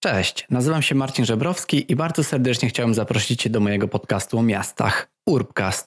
Cześć, nazywam się Marcin Żebrowski i bardzo serdecznie chciałem zaprosić Cię do mojego podcastu o miastach, Urbcast.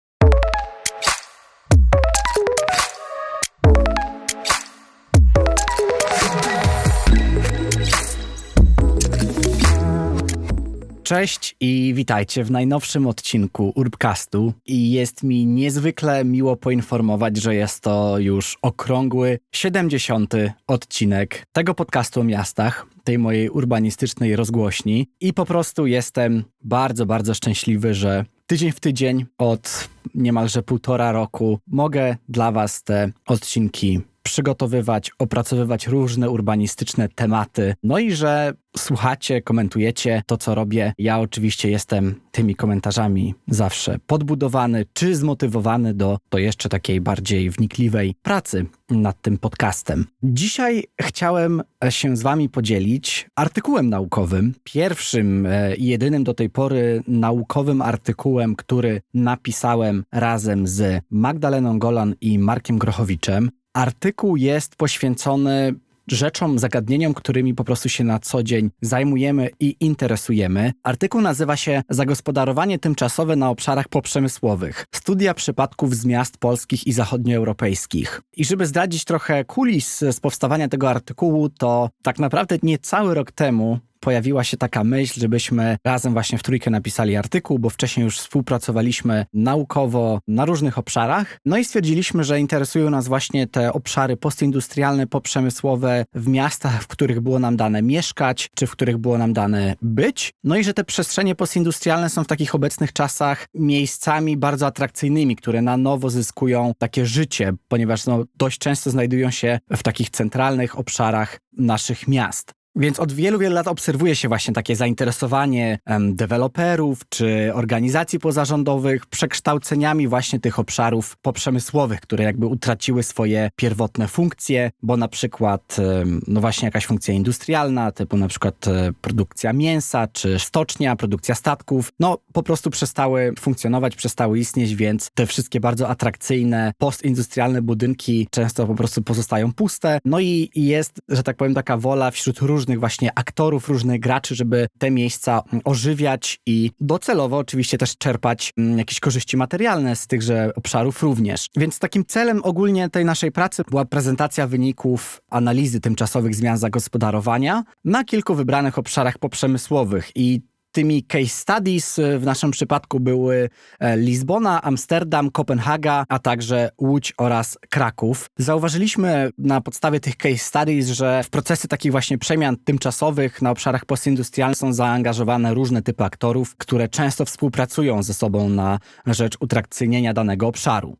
Cześć i witajcie w najnowszym odcinku Urbcastu i jest mi niezwykle miło poinformować, że jest to już okrągły 70. odcinek tego podcastu o miastach, tej mojej urbanistycznej rozgłośni i po prostu jestem bardzo szczęśliwy, że tydzień w tydzień od niemalże 1,5 roku mogę dla Was te odcinki przygotowywać, opracowywać różne urbanistyczne tematy. No i że słuchacie, komentujecie to, co robię. Ja oczywiście jestem tymi komentarzami zawsze podbudowany czy zmotywowany do jeszcze takiej bardziej wnikliwej pracy nad tym podcastem. Dzisiaj chciałem się z Wami podzielić artykułem naukowym. Pierwszym i jedynym do tej pory naukowym artykułem, który napisałem razem z Magdaleną Golan i Markiem Grochowiczem. Artykuł jest poświęcony rzeczom, zagadnieniom, którymi po prostu się na co dzień zajmujemy i interesujemy. Artykuł nazywa się Zagospodarowanie tymczasowe na obszarach poprzemysłowych. Studia przypadków z miast polskich i zachodnioeuropejskich. I żeby zdradzić trochę kulis z powstawania tego artykułu, to tak naprawdę niecały rok temu pojawiła się taka myśl, żebyśmy razem właśnie w trójkę napisali artykuł, bo wcześniej już współpracowaliśmy naukowo na różnych obszarach. No i stwierdziliśmy, że interesują nas właśnie te obszary postindustrialne, poprzemysłowe w miastach, w których było nam dane mieszkać, czy w których było nam dane być. No i że te przestrzenie postindustrialne są w takich obecnych czasach miejscami bardzo atrakcyjnymi, które na nowo zyskują takie życie, ponieważ dość często znajdują się w takich centralnych obszarach naszych miast. Więc od wielu lat obserwuje się właśnie takie zainteresowanie deweloperów czy organizacji pozarządowych przekształceniami właśnie tych obszarów poprzemysłowych, które jakby utraciły swoje pierwotne funkcje, bo na przykład właśnie jakaś funkcja industrialna, typu na przykład produkcja mięsa czy stocznia, produkcja statków, po prostu przestały funkcjonować, przestały istnieć, więc te wszystkie bardzo atrakcyjne postindustrialne budynki często po prostu pozostają puste. No i jest, że tak powiem, taka wola wśród różnych właśnie aktorów, różnych graczy, żeby te miejsca ożywiać i docelowo oczywiście też czerpać jakieś korzyści materialne z tychże obszarów również. Więc takim celem ogólnie tej naszej pracy była prezentacja wyników analizy tymczasowych zmian zagospodarowania na kilku wybranych obszarach poprzemysłowych i tymi case studies w naszym przypadku były Lizbona, Amsterdam, Kopenhaga, a także Łódź oraz Kraków. Zauważyliśmy na podstawie tych case studies, że w procesy takich właśnie przemian tymczasowych na obszarach postindustrialnych są zaangażowane różne typy aktorów, które często współpracują ze sobą na rzecz utrakcyjnienia danego obszaru.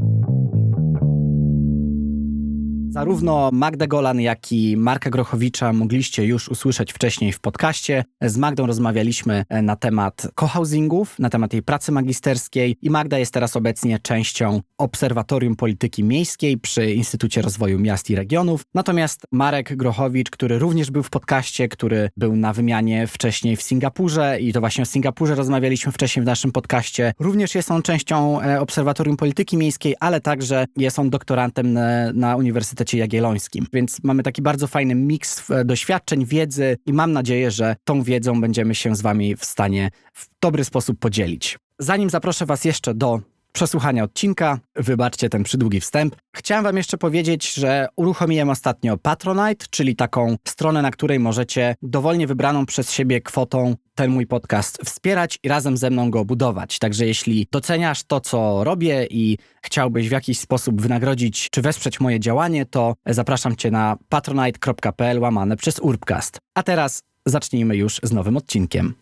Zarówno Magdę Golan, jak i Marka Grochowicza mogliście już usłyszeć wcześniej w podcaście. Z Magdą rozmawialiśmy na temat cohousingów, na temat jej pracy magisterskiej i Magda jest teraz obecnie częścią Obserwatorium Polityki Miejskiej przy Instytucie Rozwoju Miast i Regionów. Natomiast Marek Grochowicz, który również był w podcaście, który był na wymianie wcześniej w Singapurze i to właśnie o Singapurze rozmawialiśmy wcześniej w naszym podcaście, również jest on częścią Obserwatorium Polityki Miejskiej, ale także jest on doktorantem na Uniwersytecie Jagiellońskim. Więc mamy taki bardzo fajny miks doświadczeń, wiedzy i mam nadzieję, że tą wiedzą będziemy się z Wami w stanie w dobry sposób podzielić. Zanim zaproszę Was jeszcze do przesłuchania odcinka, wybaczcie ten przydługi wstęp, chciałem Wam jeszcze powiedzieć, że uruchomiłem ostatnio Patronite, czyli taką stronę, na której możecie dowolnie wybraną przez siebie kwotą ten mój podcast wspierać i razem ze mną go budować. Także jeśli doceniasz to, co robię i chciałbyś w jakiś sposób wynagrodzić czy wesprzeć moje działanie, to zapraszam Cię na patronite.pl/Urbcast. A teraz zacznijmy już z nowym odcinkiem.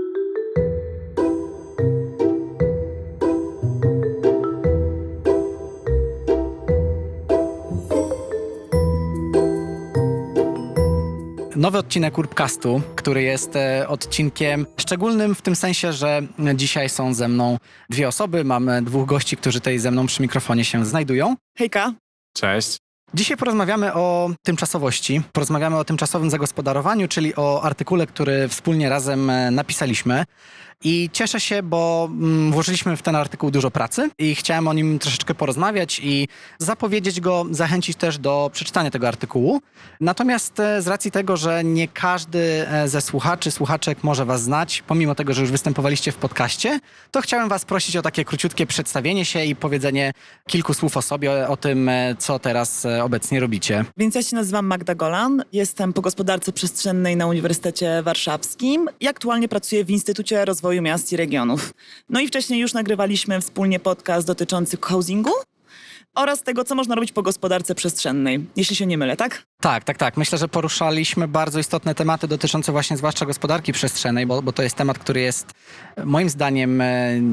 Nowy odcinek Urbcastu, który jest odcinkiem szczególnym w tym sensie, że dzisiaj są ze mną 2 osoby. Mamy 2 gości, którzy tutaj ze mną przy mikrofonie się znajdują. Hejka! Cześć! Dzisiaj porozmawiamy o tymczasowości, porozmawiamy o tymczasowym zagospodarowaniu, czyli o artykule, który wspólnie razem napisaliśmy. I cieszę się, bo włożyliśmy w ten artykuł dużo pracy i chciałem o nim troszeczkę porozmawiać i zapowiedzieć go, zachęcić też do przeczytania tego artykułu. Natomiast z racji tego, że nie każdy ze słuchaczy, słuchaczek może was znać, pomimo tego, że już występowaliście w podcaście, to chciałem was prosić o takie króciutkie przedstawienie się i powiedzenie kilku słów o sobie, o tym, co teraz obecnie robicie. Więc ja się nazywam Magda Golan, jestem po gospodarce przestrzennej na Uniwersytecie Warszawskim i aktualnie pracuję w Instytucie Rozwoju Miast i Regionów. No i wcześniej już nagrywaliśmy wspólnie podcast dotyczący housingu oraz tego, co można robić po gospodarce przestrzennej, jeśli się nie mylę, tak? Tak. Myślę, że poruszaliśmy bardzo istotne tematy dotyczące właśnie zwłaszcza gospodarki przestrzennej, bo to jest temat, który jest moim zdaniem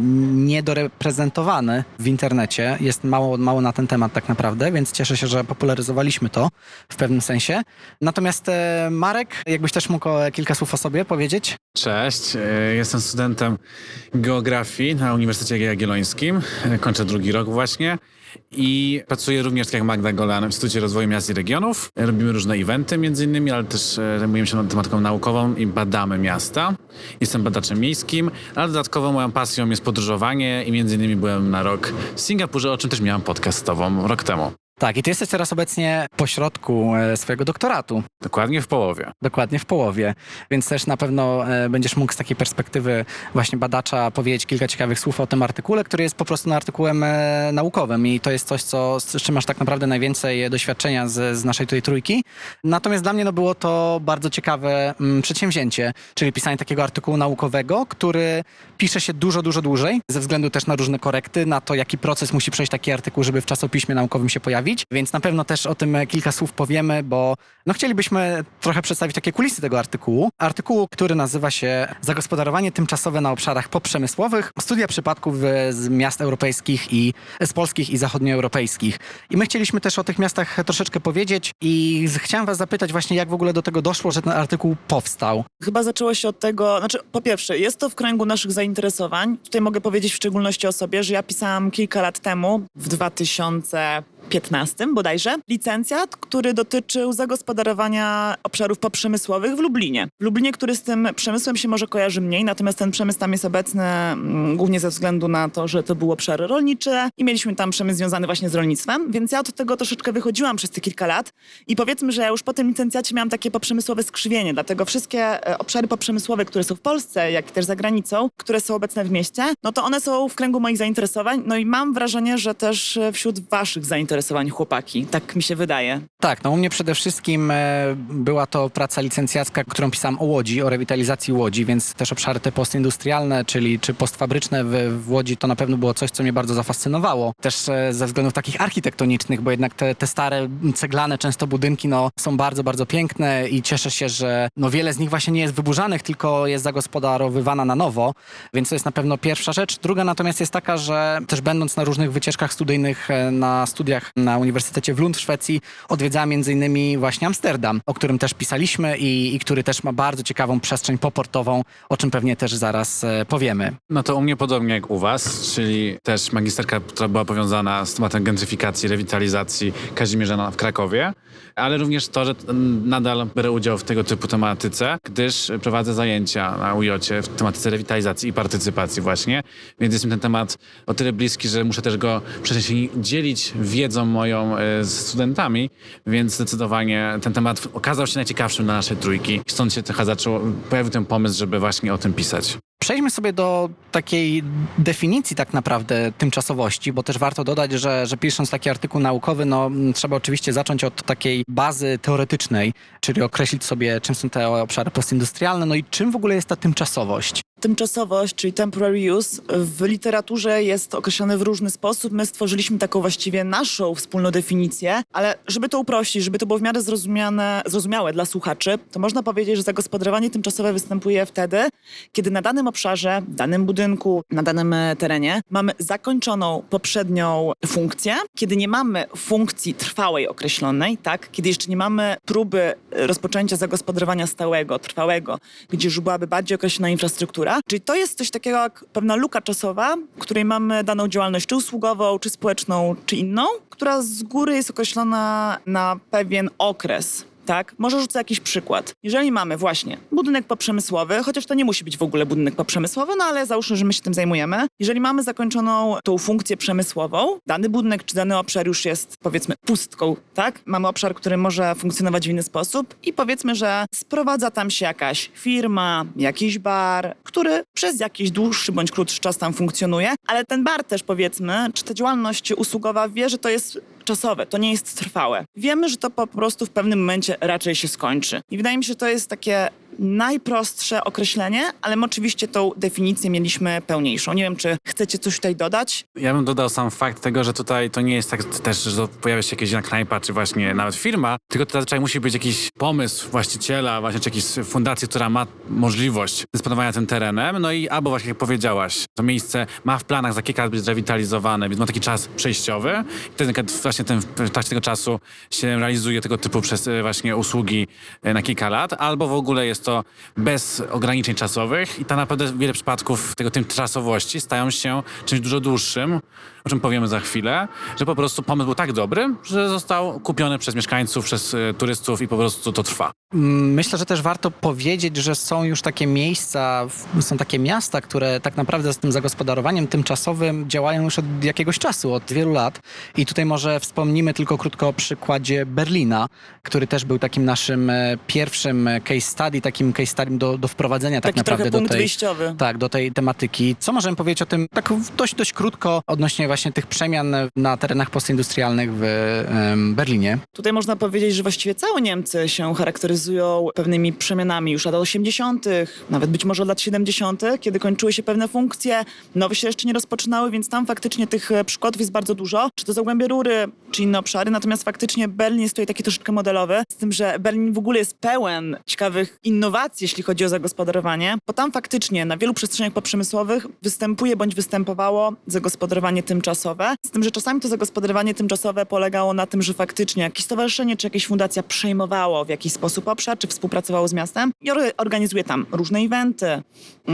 niedoreprezentowany w internecie. Jest mało na ten temat tak naprawdę, więc cieszę się, że popularyzowaliśmy to w pewnym sensie. Natomiast Marek, jakbyś też mógł kilka słów o sobie powiedzieć? Cześć, jestem studentem geografii na Uniwersytecie Jagiellońskim. Kończę 2. rok właśnie. I pracuję również, tak jak Magda Golan, w Instytucie Rozwoju Miast i Regionów. Robimy różne eventy między innymi, ale też zajmujemy się tematyką naukową i badamy miasta. Jestem badaczem miejskim, ale dodatkowo moją pasją jest podróżowanie i między innymi byłem na rok w Singapurze, o czym też miałem podcast z tobą rok temu. Tak, i ty jesteś teraz obecnie po środku swojego doktoratu. Dokładnie w połowie. Więc też na pewno będziesz mógł z takiej perspektywy właśnie badacza powiedzieć kilka ciekawych słów o tym artykule, który jest po prostu artykułem naukowym i to jest coś, z czym masz tak naprawdę najwięcej doświadczenia z naszej tutaj trójki. Natomiast dla mnie było to bardzo ciekawe przedsięwzięcie, czyli pisanie takiego artykułu naukowego, który pisze się dużo dłużej, ze względu też na różne korekty, na to, jaki proces musi przejść taki artykuł, żeby w czasopiśmie naukowym się pojawić. Więc na pewno też o tym kilka słów powiemy, bo chcielibyśmy trochę przedstawić takie kulisy tego artykułu, który nazywa się Zagospodarowanie tymczasowe na obszarach poprzemysłowych, studia przypadków z miast europejskich z polskich i zachodnioeuropejskich. I my chcieliśmy też o tych miastach troszeczkę powiedzieć i chciałem was zapytać właśnie, jak w ogóle do tego doszło, że ten artykuł powstał. Chyba zaczęło się od tego, po pierwsze, jest to w kręgu naszych zainteresowań. Tutaj mogę powiedzieć w szczególności o sobie, że ja pisałam kilka lat temu, w 2015 bodajże, licencjat, który dotyczył zagospodarowania obszarów poprzemysłowych w Lublinie. W Lublinie, który z tym przemysłem się może kojarzy mniej, natomiast ten przemysł tam jest obecny głównie ze względu na to, że to był obszar rolniczy i mieliśmy tam przemysł związany właśnie z rolnictwem, więc ja od tego troszeczkę wychodziłam przez te kilka lat i powiedzmy, że ja już po tym licencjacie miałam takie poprzemysłowe skrzywienie, dlatego wszystkie obszary poprzemysłowe, które są w Polsce, jak i też za granicą, które są obecne w mieście, no to one są w kręgu moich zainteresowań, no i mam wrażenie, że też wśród waszych zainteresowań, chłopaki. Tak mi się wydaje. Tak, u mnie przede wszystkim była to praca licencjacka, którą pisałam o Łodzi, o rewitalizacji Łodzi, więc też obszary te postindustrialne, czy postfabryczne w Łodzi, to na pewno było coś, co mnie bardzo zafascynowało. Też ze względów takich architektonicznych, bo jednak te stare, ceglane często budynki są bardzo piękne i cieszę się, że wiele z nich właśnie nie jest wyburzanych, tylko jest zagospodarowywana na nowo, więc to jest na pewno pierwsza rzecz. Druga natomiast jest taka, że też będąc na różnych wycieczkach studyjnych, na studiach na Uniwersytecie w Lund w Szwecji, odwiedzałem między innymi właśnie Amsterdam, o którym też pisaliśmy i który też ma bardzo ciekawą przestrzeń poportową, o czym pewnie też zaraz powiemy. No to u mnie podobnie jak u was, czyli też magisterka, która była powiązana z tematem gentryfikacji, rewitalizacji Kazimierza w Krakowie, ale również to, że nadal biorę udział w tego typu tematyce, gdyż prowadzę zajęcia na UJ-cie w tematyce rewitalizacji i partycypacji właśnie, więc jest mi ten temat o tyle bliski, że muszę też go przede wszystkim dzielić wiedzą moją z studentami, więc zdecydowanie ten temat okazał się najciekawszym dla naszej trójki. Stąd się trochę pojawił ten pomysł, żeby właśnie o tym pisać. Przejdźmy sobie do takiej definicji tak naprawdę tymczasowości, bo też warto dodać, że pisząc taki artykuł naukowy, trzeba oczywiście zacząć od takiej bazy teoretycznej, czyli określić sobie, czym są te obszary postindustrialne, i czym w ogóle jest ta tymczasowość. Tymczasowość, czyli temporary use, w literaturze jest określone w różny sposób. My stworzyliśmy taką właściwie naszą wspólną definicję, ale żeby to uprościć, żeby to było w miarę zrozumiałe dla słuchaczy, to można powiedzieć, że zagospodarowanie tymczasowe występuje wtedy, kiedy na danym obszarze, danym budynku, na danym terenie mamy zakończoną poprzednią funkcję, kiedy nie mamy funkcji trwałej określonej, tak? Kiedy jeszcze nie mamy próby rozpoczęcia zagospodarowania stałego, trwałego, gdzie już byłaby bardziej określona infrastruktura. Czyli to jest coś takiego jak pewna luka czasowa, w której mamy daną działalność czy usługową, czy społeczną, czy inną, która z góry jest określona na pewien okres. tak? Może rzucę jakiś przykład. Jeżeli mamy właśnie budynek poprzemysłowy, chociaż to nie musi być w ogóle budynek poprzemysłowy, no ale załóżmy, że my się tym zajmujemy. Jeżeli mamy zakończoną tą funkcję przemysłową, dany budynek czy dany obszar już jest, powiedzmy, pustką, tak? Mamy obszar, który może funkcjonować w inny sposób i powiedzmy, że sprowadza tam się jakaś firma, jakiś bar, który przez jakiś dłuższy bądź krótszy czas tam funkcjonuje, ale ten bar też, powiedzmy, czy ta działalność usługowa wie, że to jest czasowe, to nie jest trwałe. Wiemy, że to po prostu w pewnym momencie raczej się skończy. I wydaje mi się, że to jest takie najprostsze określenie, ale my oczywiście tą definicję mieliśmy pełniejszą. Nie wiem, czy chcecie coś tutaj dodać? Ja bym dodał sam fakt tego, że tutaj to nie jest tak też, że pojawia się jakaś knajpa, czy właśnie nawet firma, tylko to zazwyczaj musi być jakiś pomysł właściciela, właśnie, czy jakiejś fundacji, która ma możliwość dysponowania tym terenem, no i albo właśnie jak powiedziałaś, to miejsce ma w planach za kilka lat być zrewitalizowane, więc ma taki czas przejściowy i wtedy właśnie w trakcie tego czasu się realizuje tego typu właśnie usługi na kilka lat, albo w ogóle jest to bez ograniczeń czasowych i tak naprawdę wiele przypadków tego tymczasowości stają się czymś dużo dłuższym, o czym powiemy za chwilę, że po prostu pomysł był tak dobry, że został kupiony przez mieszkańców, przez turystów i po prostu to trwa. Myślę, że też warto powiedzieć, że są już takie miejsca, są takie miasta, które tak naprawdę z tym zagospodarowaniem tymczasowym działają już od jakiegoś czasu, od wielu lat. I tutaj może wspomnimy tylko krótko o przykładzie Berlina, który też był takim naszym pierwszym case study, takim case study do wprowadzenia tak naprawdę punkt wyjściowy. Tak, do tej tematyki. Co możemy powiedzieć o tym tak dość krótko odnośnie właśnie tych przemian na terenach postindustrialnych w Berlinie? Tutaj można powiedzieć, że właściwie całe Niemcy się charakteryzują pewnymi przemianami już lat 80., nawet być może od lat 70., kiedy kończyły się pewne funkcje, nowe się jeszcze nie rozpoczynały, więc tam faktycznie tych przykładów jest bardzo dużo. Czy to Zagłębie Rury, czy inne obszary. Natomiast faktycznie Berlin jest tutaj taki troszeczkę modelowy, z tym, że Berlin w ogóle jest pełen ciekawych innowacji, jeśli chodzi o zagospodarowanie, bo tam faktycznie na wielu przestrzeniach poprzemysłowych występuje bądź występowało zagospodarowanie tymczasowe. Z tym, że czasami to zagospodarowanie tymczasowe polegało na tym, że faktycznie jakieś stowarzyszenie czy jakaś fundacja przejmowało w jakiś sposób obszar, czy współpracowało z miastem i organizuje tam różne eventy,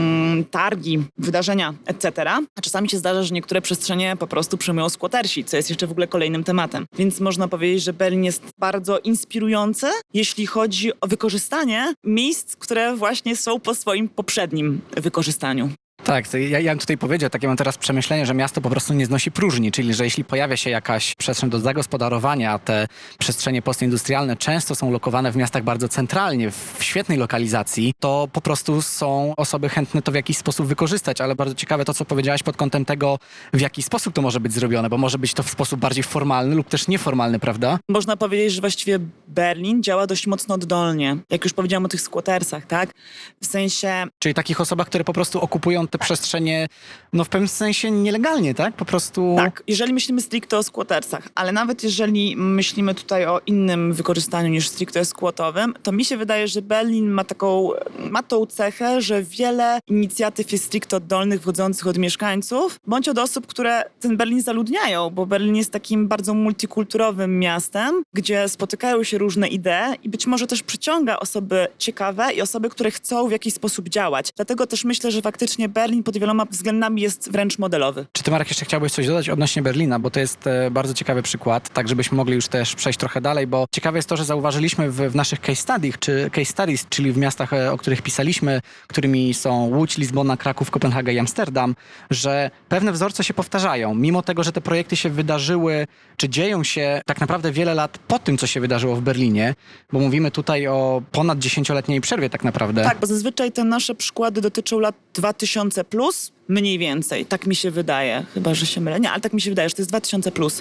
targi, wydarzenia, etc. A czasami się zdarza, że niektóre przestrzenie po prostu przejmują squattersi, co jest jeszcze w ogóle kolejnym tematem. Więc można powiedzieć, że Berlin jest bardzo inspirujący, jeśli chodzi o wykorzystanie miejsc, które właśnie są po swoim poprzednim wykorzystaniu. Tak, ja bym tutaj powiedział, takie mam teraz przemyślenie, że miasto po prostu nie znosi próżni, czyli że jeśli pojawia się jakaś przestrzeń do zagospodarowania, a te przestrzenie postindustrialne często są lokowane w miastach bardzo centralnie, w świetnej lokalizacji, to po prostu są osoby chętne to w jakiś sposób wykorzystać, ale bardzo ciekawe to, co powiedziałaś pod kątem tego, w jaki sposób to może być zrobione, bo może być to w sposób bardziej formalny lub też nieformalny, prawda? Można powiedzieć, że właściwie Berlin działa dość mocno oddolnie, jak już powiedziałam o tych squattersach, tak? W sensie... Czyli takich osobach, które po prostu okupują te przestrzenie, no w pewnym sensie nielegalnie, tak? Po prostu... Tak, jeżeli myślimy stricte o squattersach, ale nawet jeżeli myślimy tutaj o innym wykorzystaniu niż stricte squatowym, to mi się wydaje, że Berlin ma tą cechę, że wiele inicjatyw jest stricte oddolnych, wchodzących od mieszkańców, bądź od osób, które ten Berlin zaludniają, bo Berlin jest takim bardzo multikulturowym miastem, gdzie spotykają się różne idee i być może też przyciąga osoby ciekawe i osoby, które chcą w jakiś sposób działać. Dlatego też myślę, że faktycznie Berlin pod wieloma względami jest wręcz modelowy. Czy ty, Marek, jeszcze chciałbyś coś dodać odnośnie Berlina, bo to jest bardzo ciekawy przykład, tak żebyśmy mogli już też przejść trochę dalej, bo ciekawe jest to, że zauważyliśmy w naszych case studies, czyli w miastach, o których pisaliśmy, którymi są Łódź, Lizbona, Kraków, Kopenhaga i Amsterdam, że pewne wzorce się powtarzają, mimo tego, że te projekty się wydarzyły, czy dzieją się tak naprawdę wiele lat po tym, co się wydarzyło w Berlinie, bo mówimy tutaj o ponad 10-letniej przerwie tak naprawdę. Tak, bo zazwyczaj te nasze przykłady dotyczą lat 2000 plus, mniej więcej. Tak mi się wydaje. Chyba, że się mylę. Nie, ale tak mi się wydaje, że to jest 2000 plus.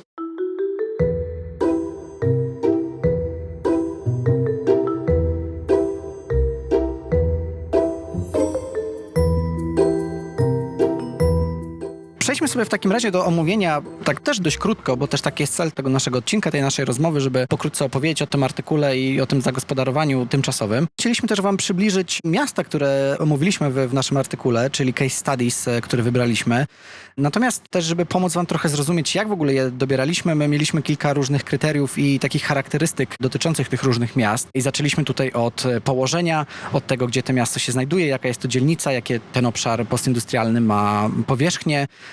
Przejdźmy sobie w takim razie do omówienia, tak też dość krótko, bo też taki jest cel tego naszego odcinka, tej naszej rozmowy, żeby pokrótce opowiedzieć o tym artykule i o tym zagospodarowaniu tymczasowym. Chcieliśmy też wam przybliżyć miasta, które omówiliśmy w naszym artykule, czyli case studies, które wybraliśmy. Natomiast też, żeby pomóc wam trochę zrozumieć, jak w ogóle je dobieraliśmy, my mieliśmy kilka różnych kryteriów i takich charakterystyk dotyczących tych różnych miast. I zaczęliśmy tutaj od położenia, od tego, gdzie to miasto się znajduje, jaka jest to dzielnica, jakie ten obszar postindustrialny ma powierzchnię,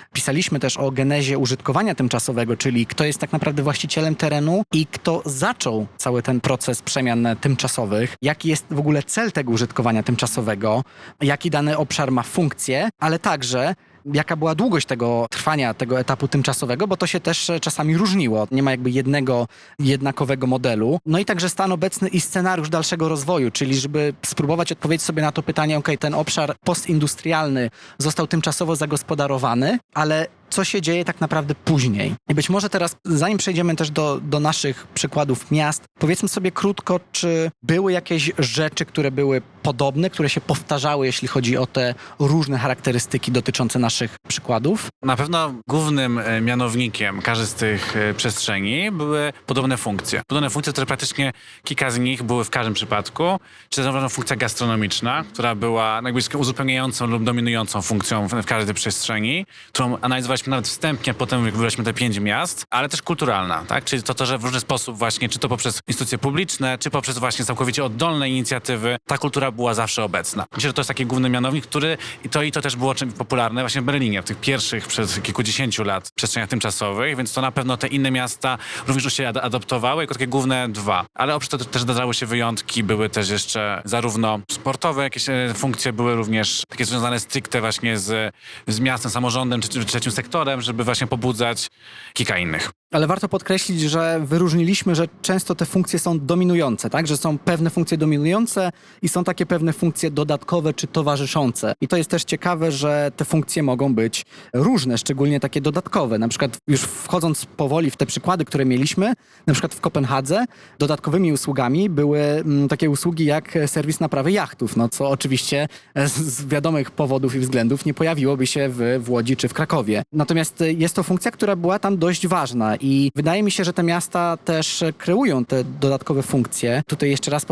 pisaliśmy też o genezie użytkowania tymczasowego, czyli kto jest tak naprawdę właścicielem terenu i kto zaczął cały ten proces przemian tymczasowych, jaki jest w ogóle cel tego użytkowania tymczasowego, jaki dany obszar ma funkcję, ale także jaka była długość tego trwania, tego etapu tymczasowego, bo to się też czasami różniło. Nie ma jakby jednego, jednakowego modelu. No i także stan obecny i scenariusz dalszego rozwoju, czyli żeby spróbować odpowiedzieć sobie na to pytanie, ten obszar postindustrialny został tymczasowo zagospodarowany, ale co się dzieje tak naprawdę później. I być może teraz, zanim przejdziemy też do naszych przykładów miast, powiedzmy sobie krótko, czy były jakieś rzeczy, które były podobne, które się powtarzały, jeśli chodzi o te różne charakterystyki dotyczące naszych przykładów? Na pewno głównym mianownikiem każdej z tych przestrzeni były podobne funkcje. Podobne funkcje, które praktycznie kilka z nich były w każdym przypadku. Czy to funkcja gastronomiczna, która była jakby uzupełniającą lub dominującą funkcją w każdej tej przestrzeni, którą analizowaliśmy nawet wstępnie, potem jak wybraliśmy te 5 miast, ale też kulturalna, tak? Czyli to, że w różny sposób właśnie, czy to poprzez instytucje publiczne, czy poprzez właśnie całkowicie oddolne inicjatywy, ta kultura była zawsze obecna. Myślę, że to jest taki główny mianownik, który i to też było czymś popularne właśnie w Berlinie, w tych pierwszych przez kilkudziesięciu lat przestrzeniach tymczasowych, więc to na pewno te inne miasta również już się adaptowały jako takie główne dwa. Ale oprócz tego też zdarzały się wyjątki, były też jeszcze zarówno sportowe jakieś funkcje, były również takie związane stricte właśnie z miastem, samorządem czy trzecim sektorem, żeby właśnie pobudzać kilka innych. Ale warto podkreślić, że wyróżniliśmy, że często te funkcje są dominujące, tak? Że są pewne funkcje dominujące i są takie pewne funkcje dodatkowe czy towarzyszące. I to jest też ciekawe, że te funkcje mogą być różne, szczególnie takie dodatkowe. Na przykład już wchodząc powoli w te przykłady, które mieliśmy, na przykład w Kopenhadze dodatkowymi usługami były takie usługi jak serwis naprawy jachtów, no co oczywiście z wiadomych powodów i względów nie pojawiłoby się w Łodzi czy w Krakowie. Natomiast jest to funkcja, która była tam dość ważna i wydaje mi się, że te miasta też kreują te dodatkowe funkcje. Tutaj jeszcze raz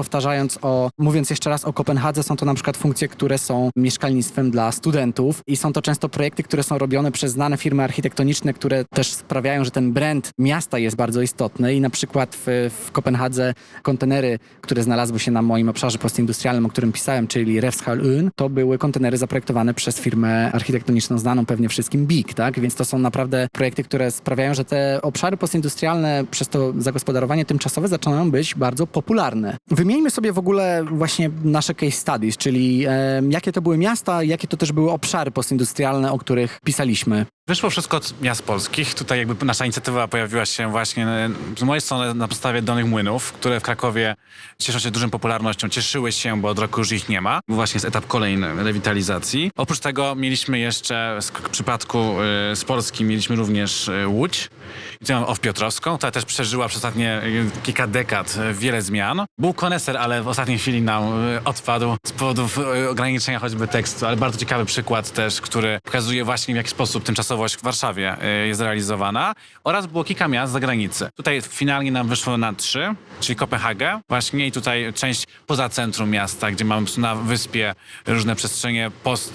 mówiąc jeszcze raz o Kopenhadze, są to na przykład funkcje, które są mieszkalnictwem dla studentów i są to często projekty, które są robione przez znane firmy architektoniczne, które też sprawiają, że ten brand miasta jest bardzo istotny i na przykład w Kopenhadze kontenery, które znalazły się na moim obszarze postindustrialnym, o którym pisałem, czyli Refshal-Ön, to były kontenery zaprojektowane przez firmę architektoniczną znaną pewnie wszystkim BIG, tak? Więc to są naprawdę projekty, które sprawiają, że te obszary postindustrialne przez to zagospodarowanie tymczasowe zaczynają być bardzo popularne. Wymieńmy sobie w ogóle właśnie nasze case studies, czyli jakie to były miasta, jakie to też były obszary postindustrialne, o których pisaliśmy. Wyszło wszystko od miast polskich. Tutaj jakby nasza inicjatywa pojawiła się właśnie z mojej strony na podstawie Dolnych Młynów, które w Krakowie cieszą się dużą popularnością. Cieszyły się, bo od roku już ich nie ma. Właśnie jest etap kolejny rewitalizacji. Oprócz tego mieliśmy jeszcze w przypadku z Polski mieliśmy również Łódź. I tu mam Owę Piotrowską, która też przeżyła przez ostatnie kilka dekad wiele zmian. Był koneser, ale w ostatniej chwili nam odpadł z powodów ograniczenia choćby tekstu, ale bardzo ciekawy przykład też, który pokazuje właśnie w jaki sposób tymczasowość w Warszawie jest realizowana. Oraz było kilka miast z zagranicy. Tutaj finalnie nam wyszło na 3, czyli Kopenhagę właśnie i tutaj część poza centrum miasta, gdzie mamy na wyspie różne przestrzenie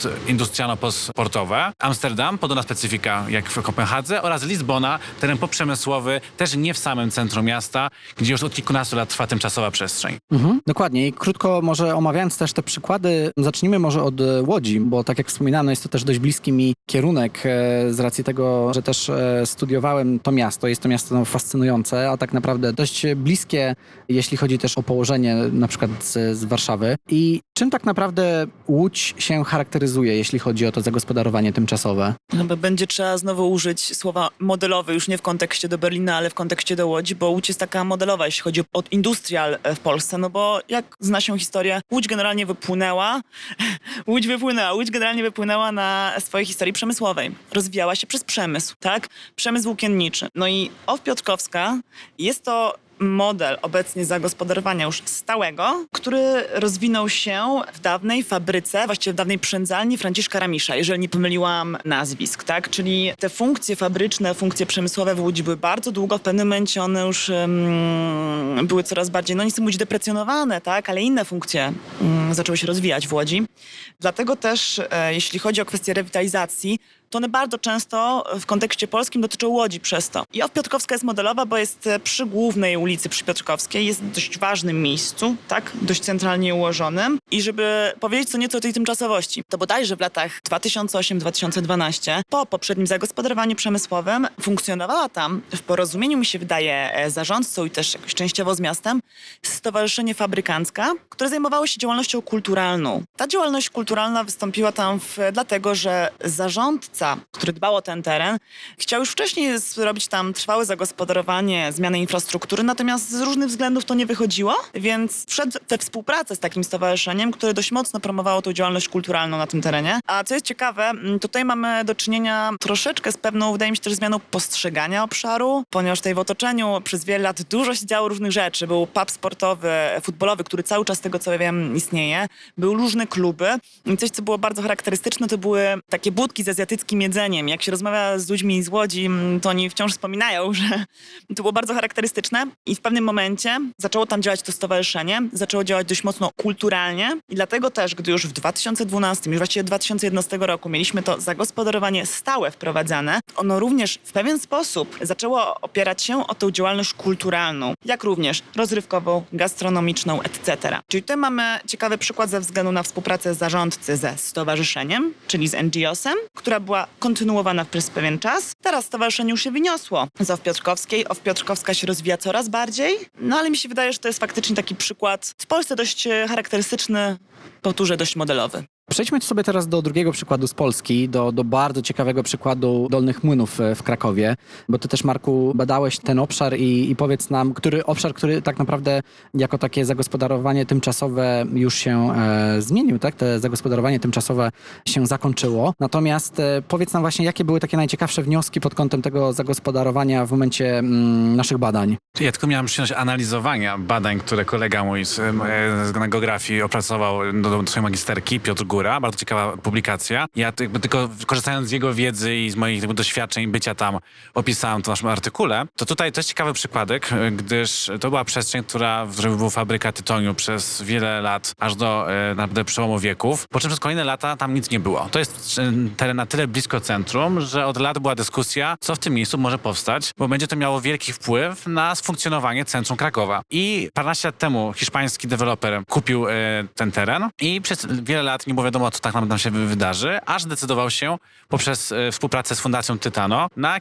postindustrialno-postportowe. Amsterdam, podobna specyfika jak w Kopenhadze oraz Lizbona, teren poprzemysłowy, też nie w samym centrum miasta, gdzie już od kilkunastu lat trwa tymczasowa przestrzeń. Dokładnie i krótko może omawiając też te przykłady, zacznijmy może od Łodzi, bo tak jak wspominano, jest to też dość bliski mi kierunek z racji tego, że też studiowałem to miasto. Jest to miasto fascynujące, a tak naprawdę dość bliskie, jeśli chodzi też o położenie na przykład z Warszawy. I czym tak naprawdę Łódź się charakteryzuje, jeśli chodzi o to zagospodarowanie tymczasowe? Chyba będzie trzeba znowu użyć słowa modelowy, już nie w kontekście do Berlina, ale w kontekście do Łodzi, bo Łódź jest taka modelowa, jeśli chodzi o industrial w Polsce, no bo jak zna się historię, Łódź generalnie wypłynęła na swojej historii przemysłowej. Rozwijała się przez przemysł, tak? Przemysł włókienniczy. No i Owa Piotrkowska jest to model obecnie zagospodarowania już stałego, który rozwinął się w dawnej fabryce, właściwie w dawnej przędzalni Franciszka Ramisza, jeżeli nie pomyliłam nazwisk, tak? Czyli te funkcje fabryczne, funkcje przemysłowe w Łodzi były bardzo długo, w pewnym momencie one już były coraz bardziej, nie chcę mówić deprecjonowane, tak? Ale inne funkcje zaczęły się rozwijać w Łodzi. Dlatego też, jeśli chodzi o kwestię rewitalizacji, to one bardzo często w kontekście polskim dotyczą Łodzi przez to. I Piotrkowska jest modelowa, bo jest przy głównej ulicy, przy Piotrkowskiej, jest w dość ważnym miejscu, tak, dość centralnie ułożonym. I żeby powiedzieć co nieco o tej tymczasowości, to bodajże w latach 2008-2012, po poprzednim zagospodarowaniu przemysłowym, funkcjonowała tam, w porozumieniu mi się wydaje zarządcą i też jakoś częściowo z miastem, Stowarzyszenie Fabrykancka, które zajmowało się działalnością kulturalną. Ta działalność kulturalna wystąpiła tam dlatego, że zarządca, który dbał o ten teren, chciał już wcześniej zrobić tam trwałe zagospodarowanie, zmianę infrastruktury, natomiast z różnych względów to nie wychodziło, więc wszedł we współpracę z takim stowarzyszeniem, które dość mocno promowało tą działalność kulturalną na tym terenie. A co jest ciekawe, tutaj mamy do czynienia troszeczkę z pewną, wydaje mi się też, zmianą postrzegania obszaru, ponieważ tutaj w otoczeniu przez wiele lat dużo się działo różnych rzeczy. Był pub sportowy, futbolowy, który cały czas z tego co wiem istnieje. Były różne kluby. I coś, co było bardzo charakterystyczne, to były takie budki z azjatyckim jedzeniem. Jak się rozmawia z ludźmi z Łodzi, to oni wciąż wspominają, że to było bardzo charakterystyczne. I w pewnym momencie zaczęło tam działać to stowarzyszenie. Zaczęło działać dość mocno kulturalnie. I dlatego też, gdy już w 2012, już właściwie 2011 roku mieliśmy to zagospodarowanie stałe wprowadzane, ono również w pewien sposób zaczęło opierać się o tę działalność kulturalną, jak również rozrywkową, gastronomiczną, etc. Czyli tutaj mamy ciekawy przykład ze względu na współpracę zarządcy ze stowarzyszeniem, czyli z NGO-sem, która była kontynuowana przez pewien czas. Teraz stowarzyszenie już się wyniosło z OFF Piotrkowskiej. OFF Piotrkowska się rozwija coraz bardziej, no ale mi się wydaje, że to jest faktycznie taki przykład w Polsce dość charakterystyczny, powtórzę, dość modelowy. Przejdźmy sobie teraz do drugiego przykładu z Polski, do bardzo ciekawego przykładu Dolnych Młynów w Krakowie, bo ty też, Marku, badałeś ten obszar i powiedz nam, który tak naprawdę jako takie zagospodarowanie tymczasowe już się zmienił, tak? Te zagospodarowanie tymczasowe się zakończyło. Natomiast powiedz nam właśnie, jakie były takie najciekawsze wnioski pod kątem tego zagospodarowania w momencie naszych badań. Ja tylko miałem przyjemność analizowania badań, które kolega mój z geografii opracował do swojej magisterki, Piotr Góra, bardzo ciekawa publikacja. Ja tylko korzystając z jego wiedzy i z moich doświadczeń bycia tam opisałem to w naszym artykule, to tutaj to jest ciekawy przypadek, gdyż to była przestrzeń, która była fabryka tytoniu przez wiele lat, aż do naprawdę przełomu wieków, po czym przez kolejne lata tam nic nie było. To jest teren na tyle blisko centrum, że od lat była dyskusja, co w tym miejscu może powstać, bo będzie to miało wielki wpływ na funkcjonowanie centrum Krakowa. I paręnaście lat temu hiszpański deweloper kupił ten teren i przez wiele lat nie było wiadomo, co tak naprawdę tam się wydarzy, aż decydował się poprzez współpracę z Fundacją Tytano na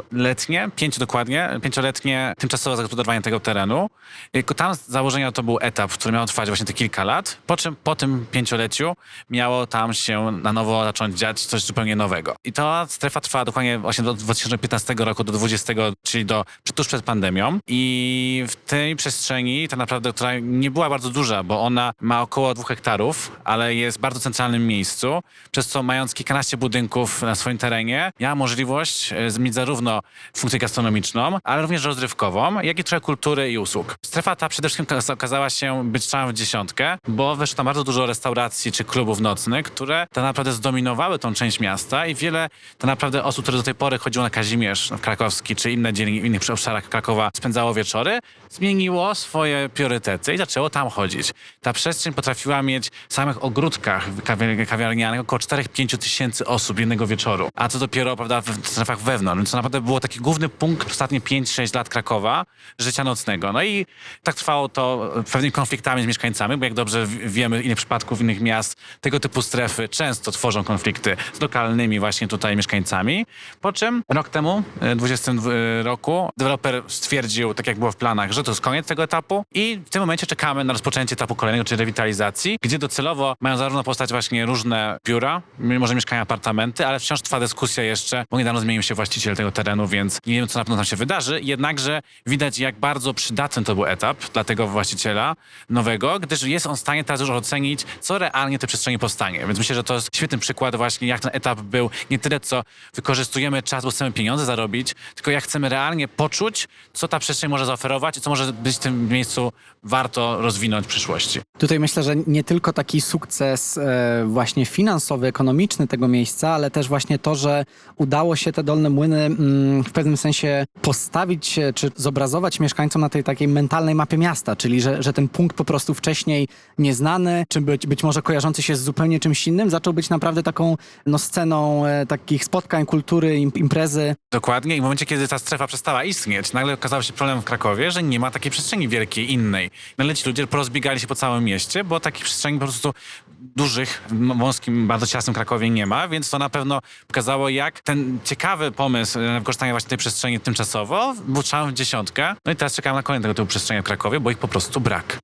pięcioletnie tymczasowe zagospodarowanie tego terenu. Tam z założenia to był etap, który miał trwać właśnie te kilka lat, po czym po tym 5-leciu miało tam się na nowo zacząć dziać coś zupełnie nowego. I ta strefa trwała dokładnie właśnie do 2015 roku, do 2020, czyli tuż przed pandemią. I w tej przestrzeni tak naprawdę, która nie była bardzo duża, bo ona ma około 2 hektarów, ale jest w bardzo centralnym miejscu, przez co mając kilkanaście budynków na swoim terenie, miała możliwość mieć zarówno funkcję gastronomiczną, ale również rozrywkową, jak i trochę kultury i usług. Strefa ta przede wszystkim okazała się być strzałem w dziesiątkę, bo weszło tam bardzo dużo restauracji czy klubów nocnych, które tak naprawdę zdominowały tą część miasta i wiele tak naprawdę osób, które do tej pory chodziło na Kazimierz Krakowski czy inne dzielni w innych obszarach Krakowa, spędzało wieczory, zmieniło swoje priorytety i zaczęło tam chodzić. Ta przestrzeń potrafiła mieć w samych ogródkach kawiarnianych około 4-5 tysięcy osób jednego wieczoru. A co dopiero, prawda, w strefach wewnątrz. Więc to naprawdę było taki główny punkt ostatnie 5-6 lat Krakowa, życia nocnego. No i tak trwało to pewnymi konfliktami z mieszkańcami, bo jak dobrze wiemy, innych przypadków, innych miast, tego typu strefy często tworzą konflikty z lokalnymi właśnie tutaj mieszkańcami. Po czym rok temu, w 2020 roku, deweloper stwierdził, tak jak było w planach, że to jest koniec tego etapu i w tym momencie czekamy na rozpoczęcie etapu kolejnego, czyli rewitalizacji, gdzie docelowo mają zarówno powstać właśnie różne biura, może mieszkania, apartamenty, ale wciąż trwa dyskusja jeszcze, bo niedawno zmienił się właściciel tego terenu, więc nie wiem, co na pewno tam się wydarzy. Jednakże widać, jak bardzo przydatny to był etap dla tego właściciela nowego, gdyż jest on w stanie teraz już ocenić, co realnie w tej przestrzeni powstanie. Więc myślę, że to jest świetny przykład właśnie, jak ten etap był nie tyle, co wykorzystujemy czas, bo chcemy pieniądze zarobić, tylko jak chcemy realnie poczuć, co ta przestrzeń może zaoferować i co może być w tym miejscu warto rozwinąć w przyszłości. Tutaj myślę, że nie tylko taki sukces właśnie finansowy, ekonomiczny tego miejsca, ale też właśnie to, że udało się te Dolne Młyny w pewnym sensie postawić czy zobrazować mieszkańcom na tej takiej mentalnej mapie miasta, czyli że ten punkt po prostu wcześniej nieznany, czy być może kojarzący się z zupełnie czymś innym, zaczął być naprawdę taką sceną takich spotkań, kultury, imprezy. Dokładnie i w momencie, kiedy ta strefa przestała istnieć, nagle okazał się problem w Krakowie, że nie ma takiej przestrzeni wielkiej, innej. Nagle ci ludzie porozbiegali się po całym mieście, bo takich przestrzeni po prostu dużych, w wąskim, bardzo ciasnym Krakowie nie ma, więc to na pewno pokazało, jak ten ciekawy pomysł na wykorzystanie właśnie tej przestrzeni tymczasowo włączałem w dziesiątkę. No i teraz czekam na kolejne tego typu przestrzenie w Krakowie, bo ich po prostu brak.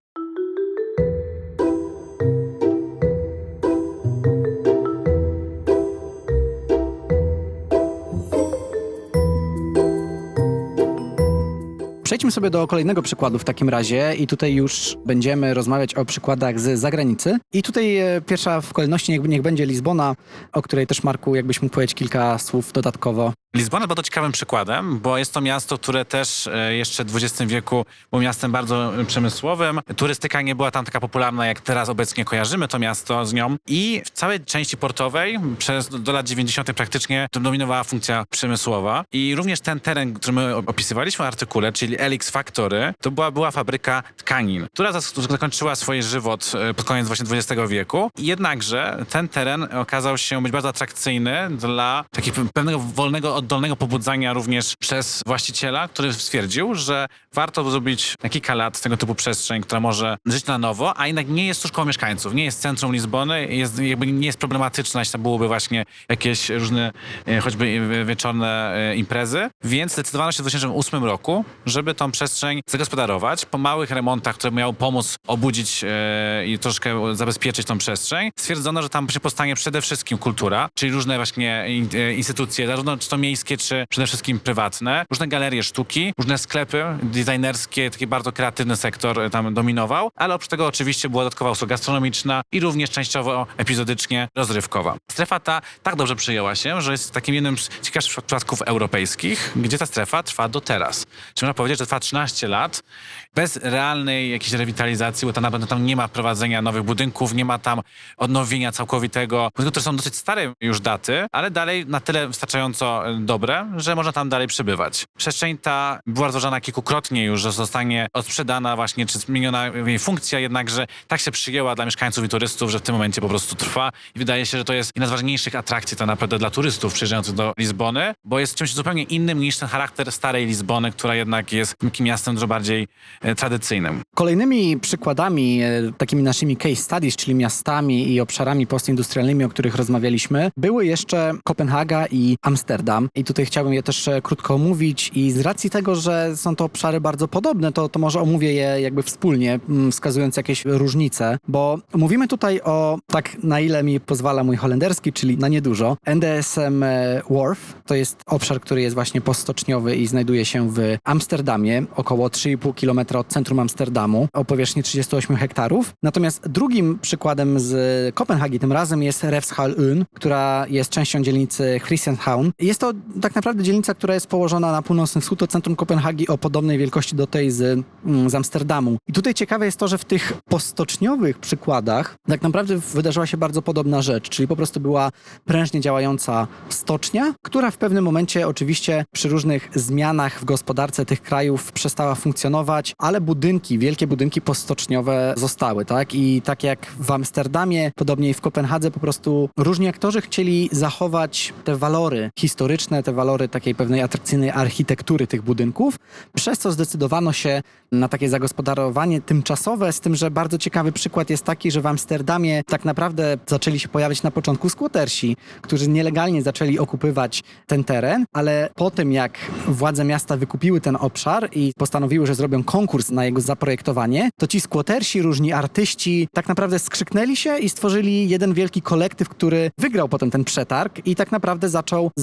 Przejdźmy sobie do kolejnego przykładu w takim razie i tutaj już będziemy rozmawiać o przykładach z zagranicy. I tutaj pierwsza w kolejności niech będzie Lizbona, o której też, Marku, jakbyś mógł powiedzieć kilka słów dodatkowo. Lizbona bardzo ciekawym przykładem, bo jest to miasto, które też jeszcze w XX wieku było miastem bardzo przemysłowym. Turystyka nie była tam taka popularna, jak teraz obecnie kojarzymy to miasto z nią. I w całej części portowej do lat 90. praktycznie dominowała funkcja przemysłowa. I również ten teren, który my opisywaliśmy w artykule, czyli Elix Factory, to była fabryka tkanin, która zakończyła swój żywot pod koniec właśnie XX wieku. Jednakże ten teren okazał się być bardzo atrakcyjny dla takiego pewnego wolnego, oddolnego pobudzania również przez właściciela, który stwierdził, że warto zrobić na kilka lat tego typu przestrzeń, która może żyć na nowo, a jednak nie jest tuż koło mieszkańców, nie jest centrum Lizbony, nie jest problematyczna, jeśli to byłoby właśnie jakieś różne, choćby wieczorne imprezy. Więc zdecydowano się w 2008 roku, żeby tą przestrzeń zagospodarować po małych remontach, które miały pomóc obudzić i troszkę zabezpieczyć tą przestrzeń. Stwierdzono, że tam powstanie przede wszystkim kultura, czyli różne właśnie instytucje, zarówno czy to miejskie, czy przede wszystkim prywatne, różne galerie sztuki, różne sklepy designerskie, taki bardzo kreatywny sektor tam dominował, ale oprócz tego oczywiście była dodatkowa usługa gastronomiczna i również częściowo epizodycznie rozrywkowa. Strefa ta tak dobrze przyjęła się, że jest takim jednym z ciekawszych przypadków europejskich, gdzie ta strefa trwa do teraz. Czyli można powiedzieć, że trwa 13 lat bez realnej jakiejś rewitalizacji, bo tam naprawdę tam nie ma prowadzenia nowych budynków, nie ma tam odnowienia całkowitego. Budynki, które są dosyć stare już daty, ale dalej na tyle wystarczająco dobre, że można tam dalej przebywać. Przestrzeń ta była rozważana kilkukrotnie już, że zostanie odsprzedana właśnie, czy zmieniona jej funkcja, jednakże tak się przyjęła dla mieszkańców i turystów, że w tym momencie po prostu trwa i wydaje się, że to jest jedna z ważniejszych atrakcji tak naprawdę dla turystów przyjeżdżających do Lizbony, bo jest czymś zupełnie innym niż ten charakter starej Lizbony, która jednak jest takim miastem dużo bardziej tradycyjnym. Kolejnymi przykładami, takimi naszymi case studies, czyli miastami i obszarami postindustrialnymi, o których rozmawialiśmy, były jeszcze Kopenhaga i Amsterdam. I tutaj chciałbym je też krótko omówić i z racji tego, że są to obszary bardzo podobne, to może omówię je jakby wspólnie, wskazując jakieś różnice, bo mówimy tutaj o, tak na ile mi pozwala mój holenderski, czyli na niedużo, NDSM Wharf. To jest obszar, który jest właśnie postoczniowy i znajduje się w Amsterdamie, około 3,5 km od centrum Amsterdamu, o powierzchni 38 hektarów. Natomiast drugim przykładem z Kopenhagi tym razem jest Refshaleøen, która jest częścią dzielnicy Christianshavn. Jest to tak naprawdę dzielnica, która jest położona na północny wschód od centrum Kopenhagi o podobnej wielkości do tej z Amsterdamu. I tutaj ciekawe jest to, że w tych postoczniowych przykładach tak naprawdę wydarzyła się bardzo podobna rzecz, czyli po prostu była prężnie działająca stocznia, która w pewnym momencie oczywiście przy różnych zmianach w gospodarce tych krajów przestała funkcjonować, ale budynki, wielkie budynki postoczniowe zostały, tak? I tak jak w Amsterdamie, podobnie i w Kopenhadze po prostu różni aktorzy chcieli zachować te walory historyczne, te walory takiej pewnej atrakcyjnej architektury tych budynków, przez co zdecydowano się na takie zagospodarowanie tymczasowe, z tym, że bardzo ciekawy przykład jest taki, że w Amsterdamie tak naprawdę zaczęli się pojawiać na początku squattersi, którzy nielegalnie zaczęli okupywać ten teren, ale po tym jak władze miasta wykupiły ten obszar i postanowiły, że zrobią konkurs na jego zaprojektowanie, to ci squattersi, różni artyści tak naprawdę skrzyknęli się i stworzyli jeden wielki kolektyw, który wygrał potem ten przetarg i tak naprawdę zaczął zarządzać tym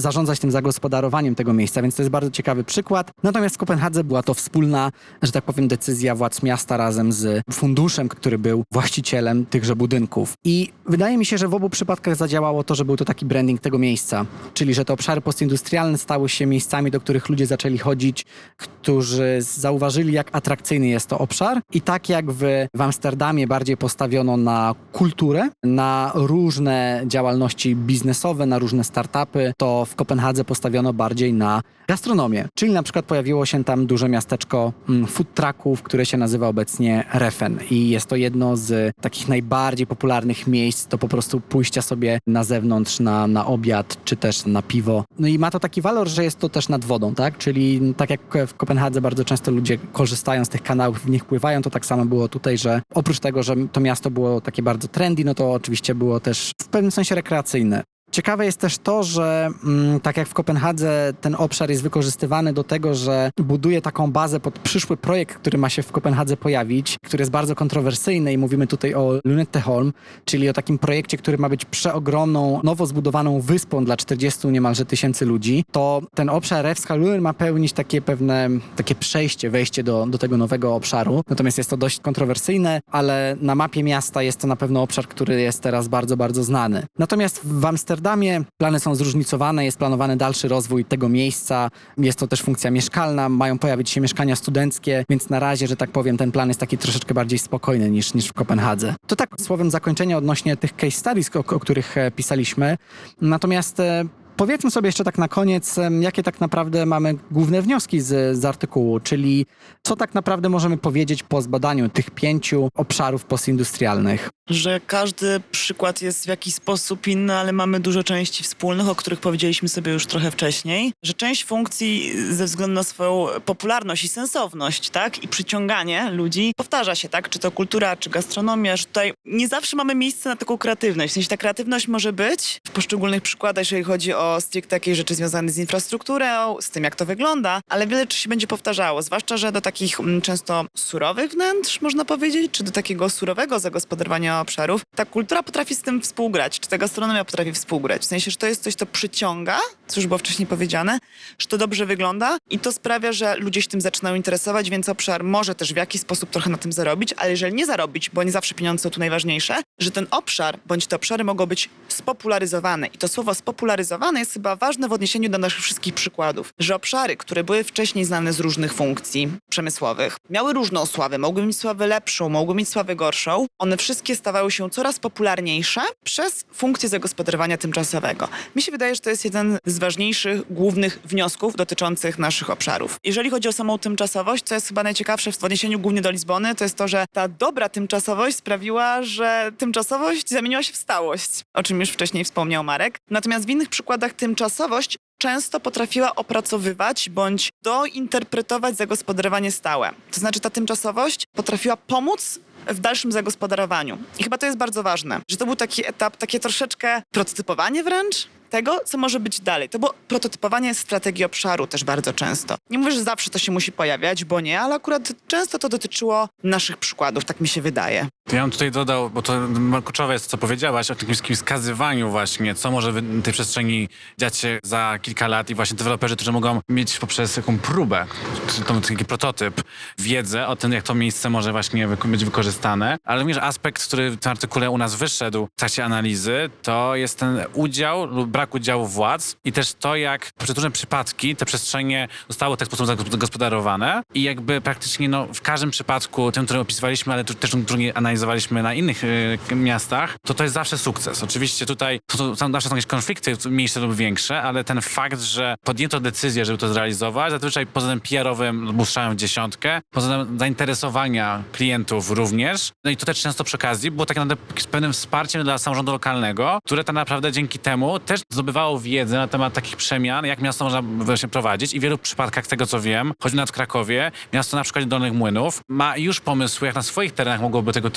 zagospodarowaniem tego miejsca, więc to jest bardzo ciekawy przykład. Natomiast w Kopenhadze była to wspólna, że tak powiem, decyzja władz miasta razem z funduszem, który był właścicielem tychże budynków. I wydaje mi się, że w obu przypadkach zadziałało to, że był to taki branding tego miejsca, czyli że te obszary postindustrialne stały się miejscami, do których ludzie zaczęli chodzić, którzy zauważyli, jak atrakcyjny jest to obszar. I tak jak w Amsterdamie bardziej postawiono na kulturę, na różne działalności biznesowe, na różne startupy, to w Kopenhadze postawiono bardziej na gastronomię. Czyli na przykład pojawiło się tam duże miasteczko food trucków, które się nazywa obecnie Reffen. I jest to jedno z takich najbardziej popularnych miejsc do po prostu pójścia sobie na zewnątrz na obiad, czy też na piwo. No i ma to taki walor, że jest to też nad wodą, tak? Czyli tak jak w Kopenhadze bardzo często ludzie korzystają z tych kanałów, w nich pływają, to tak samo było tutaj, że oprócz tego, że to miasto było takie bardzo trendy, no to oczywiście było też w pewnym sensie rekreacyjne. Ciekawe jest też to, że tak jak w Kopenhadze ten obszar jest wykorzystywany do tego, że buduje taką bazę pod przyszły projekt, który ma się w Kopenhadze pojawić, który jest bardzo kontrowersyjny i mówimy tutaj o Lynetteholm, czyli o takim projekcie, który ma być przeogromną, nowo zbudowaną wyspą dla 40 niemalże tysięcy ludzi, to ten obszar Refshaleøen ma pełnić takie przejście, wejście do tego nowego obszaru. Natomiast jest to dość kontrowersyjne, ale na mapie miasta jest to na pewno obszar, który jest teraz bardzo, bardzo znany. Natomiast w Amsterdamie plany są zróżnicowane, jest planowany dalszy rozwój tego miejsca, jest to też funkcja mieszkalna, mają pojawić się mieszkania studenckie, więc na razie, że tak powiem, ten plan jest taki troszeczkę bardziej spokojny niż w Kopenhadze. To tak słowem zakończenia odnośnie tych case studies, o których pisaliśmy. Natomiast powiedzmy sobie jeszcze tak na koniec, jakie tak naprawdę mamy główne wnioski z artykułu, czyli co tak naprawdę możemy powiedzieć po zbadaniu tych 5 obszarów postindustrialnych. Że każdy przykład jest w jakiś sposób inny, ale mamy dużo części wspólnych, o których powiedzieliśmy sobie już trochę wcześniej. Że część funkcji ze względu na swoją popularność i sensowność, tak, i przyciąganie ludzi powtarza się, tak, czy to kultura, czy gastronomia, że tutaj nie zawsze mamy miejsce na taką kreatywność. W sensie ta kreatywność może być w poszczególnych przykładach, jeżeli chodzi o stricte takie rzeczy związane z infrastrukturą, z tym, jak to wygląda, ale wiele rzeczy się będzie powtarzało, zwłaszcza, że do takich często surowych wnętrz, można powiedzieć, czy do takiego surowego zagospodarowania obszarów, ta kultura potrafi z tym współgrać, czy ta gastronomia potrafi współgrać. W sensie, że to jest coś, co przyciąga, co już było wcześniej powiedziane, że to dobrze wygląda i to sprawia, że ludzie się tym zaczynają interesować, więc obszar może też w jakiś sposób trochę na tym zarobić, ale jeżeli nie zarobić, bo nie zawsze pieniądze są tu najważniejsze, że ten obszar, bądź te obszary mogą być spopularyzowane. I to słowo spopularyzowane jest chyba ważne w odniesieniu do naszych wszystkich przykładów, że obszary, które były wcześniej znane z różnych funkcji przemysłowych, miały różną sławę, mogły mieć sławę lepszą, mogły mieć sławę gorszą, one wszystkie stawały się coraz popularniejsze przez funkcję zagospodarowania tymczasowego. Mi się wydaje, że to jest jeden z ważniejszych, głównych wniosków dotyczących naszych obszarów. Jeżeli chodzi o samą tymczasowość, co jest chyba najciekawsze w odniesieniu głównie do Lizbony, to jest to, że ta dobra tymczasowość sprawiła, że tymczasowość zamieniła się w stałość, o czym już wcześniej wspomniał Marek. Natomiast w innych przykładach tymczasowość często potrafiła opracowywać bądź dointerpretować zagospodarowanie stałe. To znaczy ta tymczasowość potrafiła pomóc w dalszym zagospodarowaniu. I chyba to jest bardzo ważne, że to był taki etap, takie troszeczkę prototypowanie wręcz tego, co może być dalej. To było prototypowanie strategii obszaru też bardzo często. Nie mówię, że zawsze to się musi pojawiać, bo nie, ale akurat często to dotyczyło naszych przykładów, tak mi się wydaje. Ja bym tutaj dodał, bo to kluczowe jest, co powiedziałaś, o takim wskazywaniu właśnie, co może w tej przestrzeni dziać się za kilka lat i właśnie deweloperzy, którzy mogą mieć poprzez taką próbę, czy taki prototyp, wiedzę o tym, jak to miejsce może właśnie być wykorzystane, ale również aspekt, który w tym artykule u nas wyszedł w trakcie analizy, to jest ten udział lub brak udziału władz i też to, jak poprzez różne przypadki te przestrzenie zostały w ten sposób zagospodarowane i jakby praktycznie w każdym przypadku, tym, który opisywaliśmy, ale też drugi analizowaliśmy na innych miastach, to jest zawsze sukces. Oczywiście tutaj zawsze są jakieś konflikty, mniejsze lub większe, ale ten fakt, że podjęto decyzję, żeby to zrealizować, zazwyczaj poza tym PR-owym błyszczają w dziesiątkę, poza tym zainteresowania klientów również. No i to też często przy okazji było tak naprawdę pewnym wsparciem dla samorządu lokalnego, które tak naprawdę dzięki temu też zdobywało wiedzę na temat takich przemian, jak miasto można właśnie prowadzić i w wielu przypadkach, z tego co wiem, choćby nawet w Krakowie, miasto na przykład Dolnych Młynów ma już pomysły, jak na swoich terenach mogłoby tego typu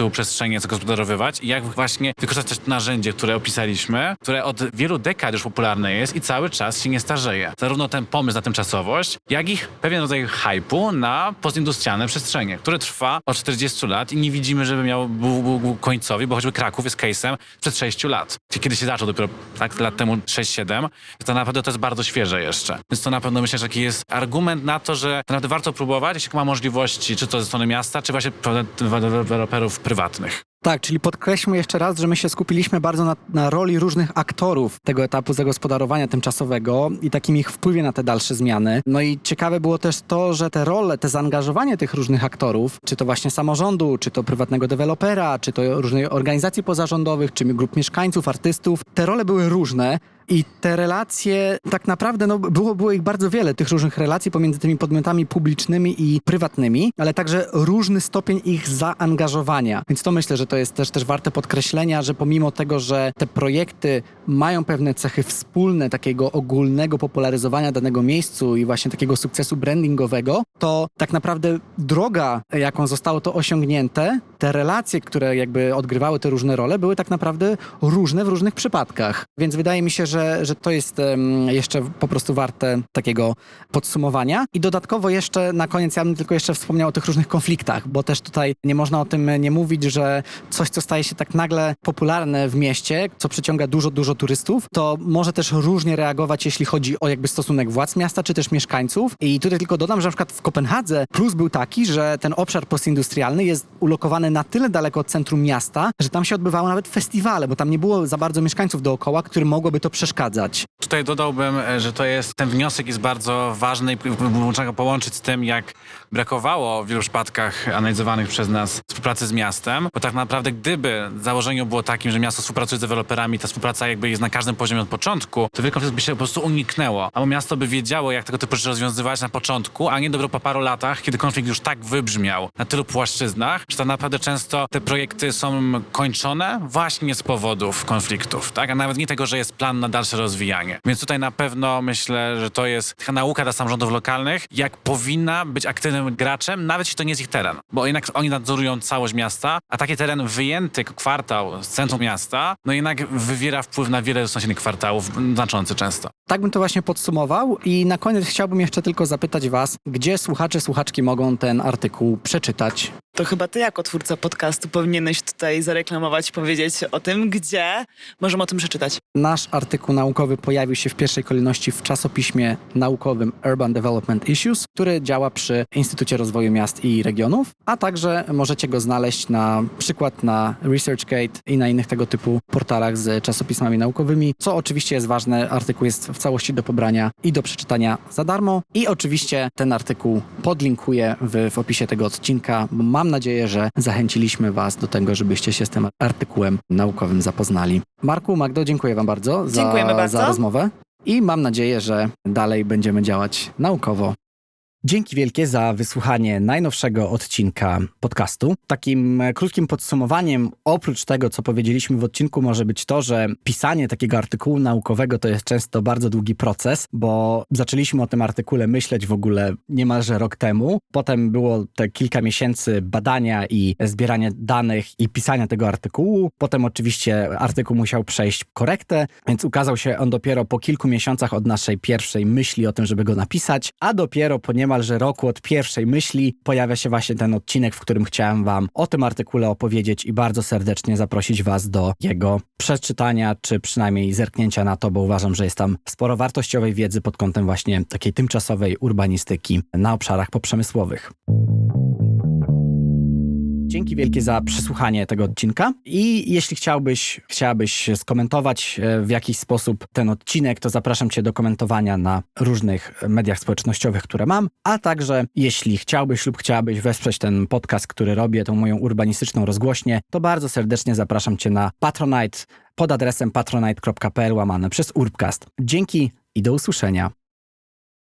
tytułu przestrzenie zagospodarowywać i jak właśnie wykorzystać to narzędzie, które opisaliśmy, które od wielu dekad już popularne jest i cały czas się nie starzeje. Zarówno ten pomysł na tymczasowość, jak i pewien rodzaj hype'u na postindustrialne przestrzenie, które trwa od 40 lat i nie widzimy, żeby był końcowy, bo choćby Kraków jest case'em przed 6 lat. Kiedy się zaczął dopiero lat temu 6-7, to naprawdę to jest bardzo świeże jeszcze. Więc to na pewno myślę, że taki jest argument na to, że naprawdę warto próbować, jeśli ma możliwości, czy to ze strony miasta, czy właśnie deweloperów prywatnych. Tak, czyli podkreślmy jeszcze raz, że my się skupiliśmy bardzo na roli różnych aktorów tego etapu zagospodarowania tymczasowego i takim ich wpływie na te dalsze zmiany. No i ciekawe było też to, że te role, te zaangażowanie tych różnych aktorów, czy to właśnie samorządu, czy to prywatnego dewelopera, czy to różnych organizacji pozarządowych, czy grup mieszkańców, artystów, te role były różne. I te relacje, tak naprawdę, było ich bardzo wiele, tych różnych relacji pomiędzy tymi podmiotami publicznymi i prywatnymi, ale także różny stopień ich zaangażowania. Więc to myślę, że to jest też warte podkreślenia, że pomimo tego, że te projekty mają pewne cechy wspólne takiego ogólnego popularyzowania danego miejscu i właśnie takiego sukcesu brandingowego, to tak naprawdę droga, jaką zostało to osiągnięte, te relacje, które jakby odgrywały te różne role, były tak naprawdę różne w różnych przypadkach. Więc wydaje mi się, że to jest jeszcze po prostu warte takiego podsumowania. I dodatkowo jeszcze na koniec ja bym tylko jeszcze wspomniał o tych różnych konfliktach, bo też tutaj nie można o tym nie mówić, że coś, co staje się tak nagle popularne w mieście, co przyciąga dużo turystów, to może też różnie reagować, jeśli chodzi o jakby stosunek władz miasta, czy też mieszkańców. I tutaj tylko dodam, że na przykład w Kopenhadze plus był taki, że ten obszar postindustrialny jest ulokowany na tyle daleko od centrum miasta, że tam się odbywały nawet festiwale, bo tam nie było za bardzo mieszkańców dookoła, którym mogłoby to przeszkadzać. Tutaj dodałbym, że ten wniosek jest bardzo ważny i można go połączyć z tym, jak brakowało w wielu przypadkach analizowanych przez nas współpracy z miastem, bo tak naprawdę gdyby założenie było takim, że miasto współpracuje z deweloperami, ta współpraca jakby jest na każdym poziomie od początku, to wiele konfliktów by się po prostu uniknęło, albo miasto by wiedziało, jak tego typu rzeczy rozwiązywać na początku, a nie dopiero po paru latach, kiedy konflikt już tak wybrzmiał na tylu płaszczyznach, że tak naprawdę często te projekty są kończone właśnie z powodów konfliktów, tak? A nawet nie tego, że jest plan na dalsze rozwijanie. Więc tutaj na pewno myślę, że to jest taka nauka dla samorządów lokalnych, jak powinna być aktywnym graczem, nawet jeśli to nie jest ich teren. Bo jednak oni nadzorują całość miasta, a taki teren wyjęty kwartał z centrum miasta, no jednak wywiera wpływ na wiele sąsiednich kwartałów, znaczący często. Tak bym to właśnie podsumował i na koniec chciałbym jeszcze tylko zapytać was, gdzie słuchacze, słuchaczki mogą ten artykuł przeczytać? To chyba ty jako twórca podcastu powinieneś tutaj zareklamować, powiedzieć o tym, gdzie możemy o tym przeczytać. Nasz artykuł naukowy pojawił się w pierwszej kolejności w czasopiśmie naukowym Urban Development Issues, który działa przy Instytucie Rozwoju Miast i Regionów, a także możecie go znaleźć na przykład na ResearchGate i na innych tego typu portalach z czasopismami naukowymi. Co oczywiście jest ważne, artykuł jest w całości do pobrania i do przeczytania za darmo i oczywiście ten artykuł podlinkuję w opisie tego odcinka, bo mam nadzieję, że zachęciliśmy was do tego, żebyście się z tym artykułem naukowym zapoznali. Marku, Magdo, dziękuję wam bardzo za rozmowę i mam nadzieję, że dalej będziemy działać naukowo. Dzięki wielkie za wysłuchanie najnowszego odcinka podcastu. Takim krótkim podsumowaniem, oprócz tego, co powiedzieliśmy w odcinku, może być to, że pisanie takiego artykułu naukowego to jest często bardzo długi proces, bo zaczęliśmy o tym artykule myśleć w ogóle niemalże rok temu. Potem było te kilka miesięcy badania i zbierania danych i pisania tego artykułu. Potem oczywiście artykuł musiał przejść korektę, więc ukazał się on dopiero po kilku miesiącach od naszej pierwszej myśli o tym, żeby go napisać, a dopiero po niemalże roku od pierwszej myśli pojawia się właśnie ten odcinek, w którym chciałem wam o tym artykule opowiedzieć i bardzo serdecznie zaprosić was do jego przeczytania, czy przynajmniej zerknięcia na to, bo uważam, że jest tam sporo wartościowej wiedzy pod kątem właśnie takiej tymczasowej urbanistyki na obszarach poprzemysłowych. Dzięki wielkie za przesłuchanie tego odcinka i jeśli chciałabyś skomentować w jakiś sposób ten odcinek, to zapraszam cię do komentowania na różnych mediach społecznościowych, które mam, a także jeśli chciałabyś wesprzeć ten podcast, który robię, tą moją urbanistyczną rozgłośnię, to bardzo serdecznie zapraszam cię na Patronite pod adresem patronite.pl/urbcast. Dzięki i do usłyszenia.